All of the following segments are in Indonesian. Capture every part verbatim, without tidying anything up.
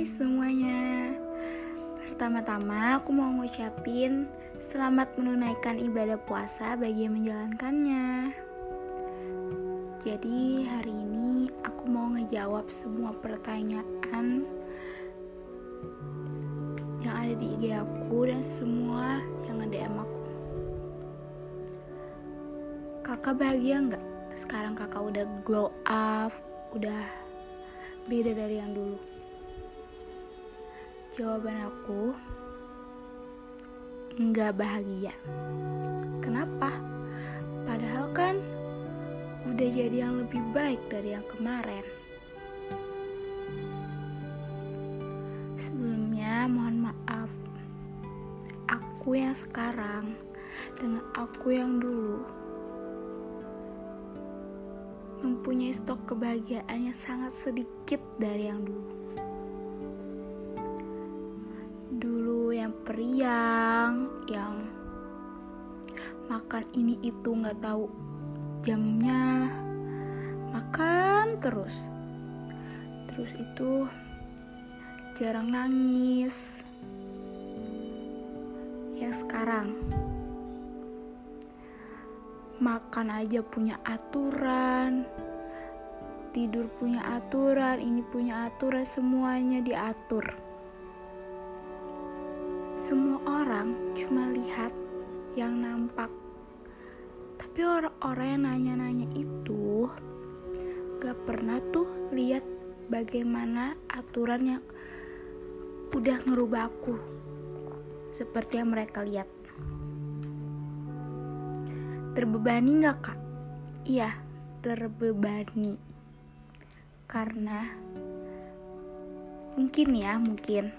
Hai semuanya. Pertama-tama aku mau ngucapin selamat menunaikan ibadah puasa bagi yang menjalankannya. Jadi hari ini aku mau ngejawab semua pertanyaan yang ada di I G aku dan semua yang nge-D M aku. Kakak bahagia nggak? Sekarang kakak udah glow up, udah beda dari yang dulu. Jawaban aku, nggak bahagia. Kenapa? Padahal kan udah jadi yang lebih baik dari yang kemarin. Sebelumnya mohon maaf, aku yang sekarang dengan aku yang dulu mempunyai stok kebahagiaan yang sangat sedikit dari yang dulu. Dulu yang periang, yang makan ini itu gak tahu jamnya, makan terus. Terus itu jarang nangis. Yang sekarang makan aja punya aturan, tidur punya aturan, ini punya aturan, semuanya diatur. Semua orang cuma lihat yang nampak, tapi orang-orang yang nanya-nanya itu gak pernah tuh lihat bagaimana aturan yang udah ngerubah aku seperti yang mereka lihat. Terbebani gak kak? Iya, terbebani. Karena mungkin ya, mungkin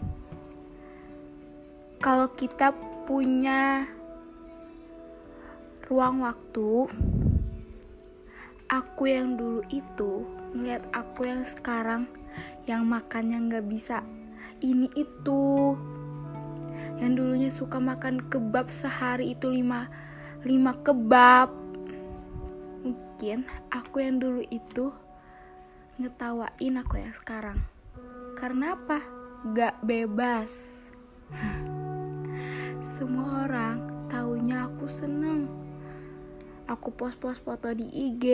kalau kita punya ruang waktu, aku yang dulu itu ngeliat aku yang sekarang yang makannya gak bisa ini itu, yang dulunya suka makan kebab sehari itu lima lima kebab. Mungkin aku yang dulu itu ngetawain aku yang sekarang. Karena apa? Gak bebas. Semua orang taunya aku seneng aku post-post foto di I G.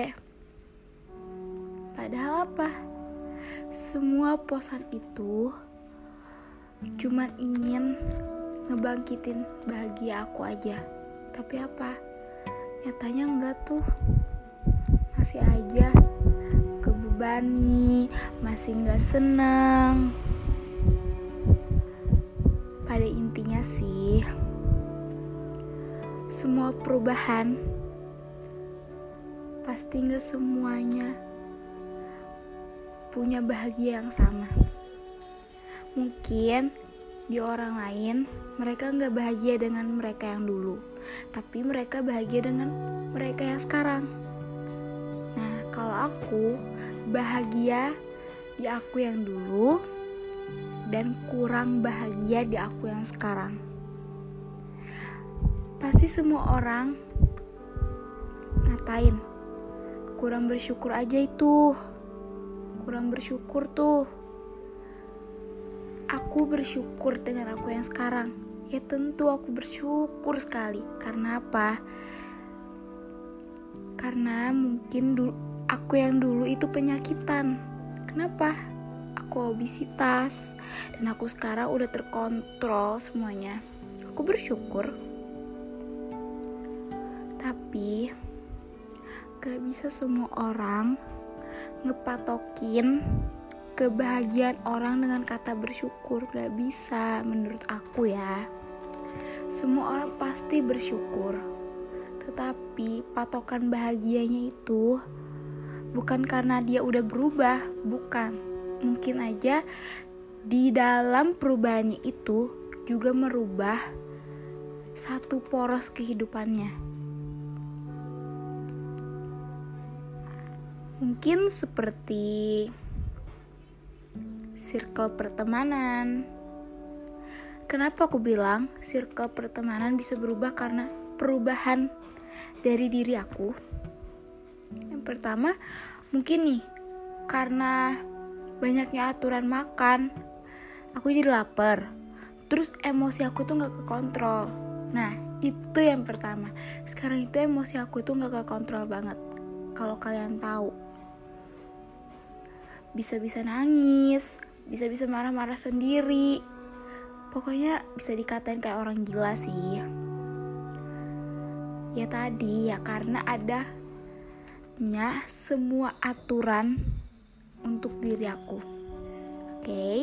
Padahal apa? Semua posan itu cuman ingin ngebangkitin bahagia aku aja. Tapi apa? Nyatanya enggak tuh. Masih aja kebebani, masih enggak senang. Pada intinya sih, semua perubahan pasti enggak semuanya punya bahagia yang sama. Mungkin di orang lain mereka gak bahagia dengan mereka yang dulu, tapi mereka bahagia dengan mereka yang sekarang. Nah, kalau aku bahagia di aku yang dulu dan kurang bahagia di aku yang sekarang. Pasti semua orang ngatain, kurang bersyukur aja itu, kurang bersyukur tuh. Aku bersyukur dengan aku yang sekarang. Ya tentu aku bersyukur sekali. Karena apa? Karena mungkin dulu, aku yang dulu itu penyakitan. Kenapa? Aku obesitas dan aku sekarang udah terkontrol semuanya. Aku bersyukur. Tapi gak bisa semua orang ngepatokin kebahagiaan orang dengan kata bersyukur. Gak bisa menurut aku ya. Semua orang pasti bersyukur, tetapi patokan bahagianya itu bukan karena dia udah berubah. Bukan. Mungkin aja di dalam perubahannya itu juga merubah satu poros kehidupannya. Mungkin seperti circle pertemanan. Kenapa aku bilang circle pertemanan bisa berubah? Karena perubahan dari diri aku. Yang pertama, mungkin nih karena banyaknya aturan makan, aku jadi lapar. Terus emosi aku tuh gak kekontrol. Nah, itu yang pertama. Sekarang itu emosi aku tuh gak kekontrol banget. Kalau kalian tahu, bisa-bisa nangis, bisa-bisa marah-marah sendiri. Pokoknya bisa dikatain kayak orang gila sih. Ya tadi ya karena adanya semua aturan untuk diri aku. Oke okay?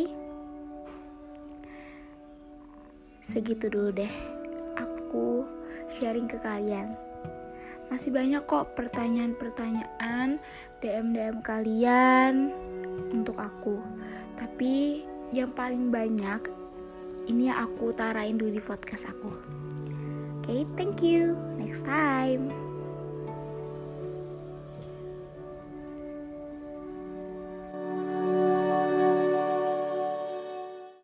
Segitu dulu deh aku sharing ke kalian. Masih banyak kok pertanyaan-pertanyaan D M D M kalian untuk aku. Tapi yang paling banyak ini yang aku utarain dulu di podcast aku. Oke, okay, thank you. Next time.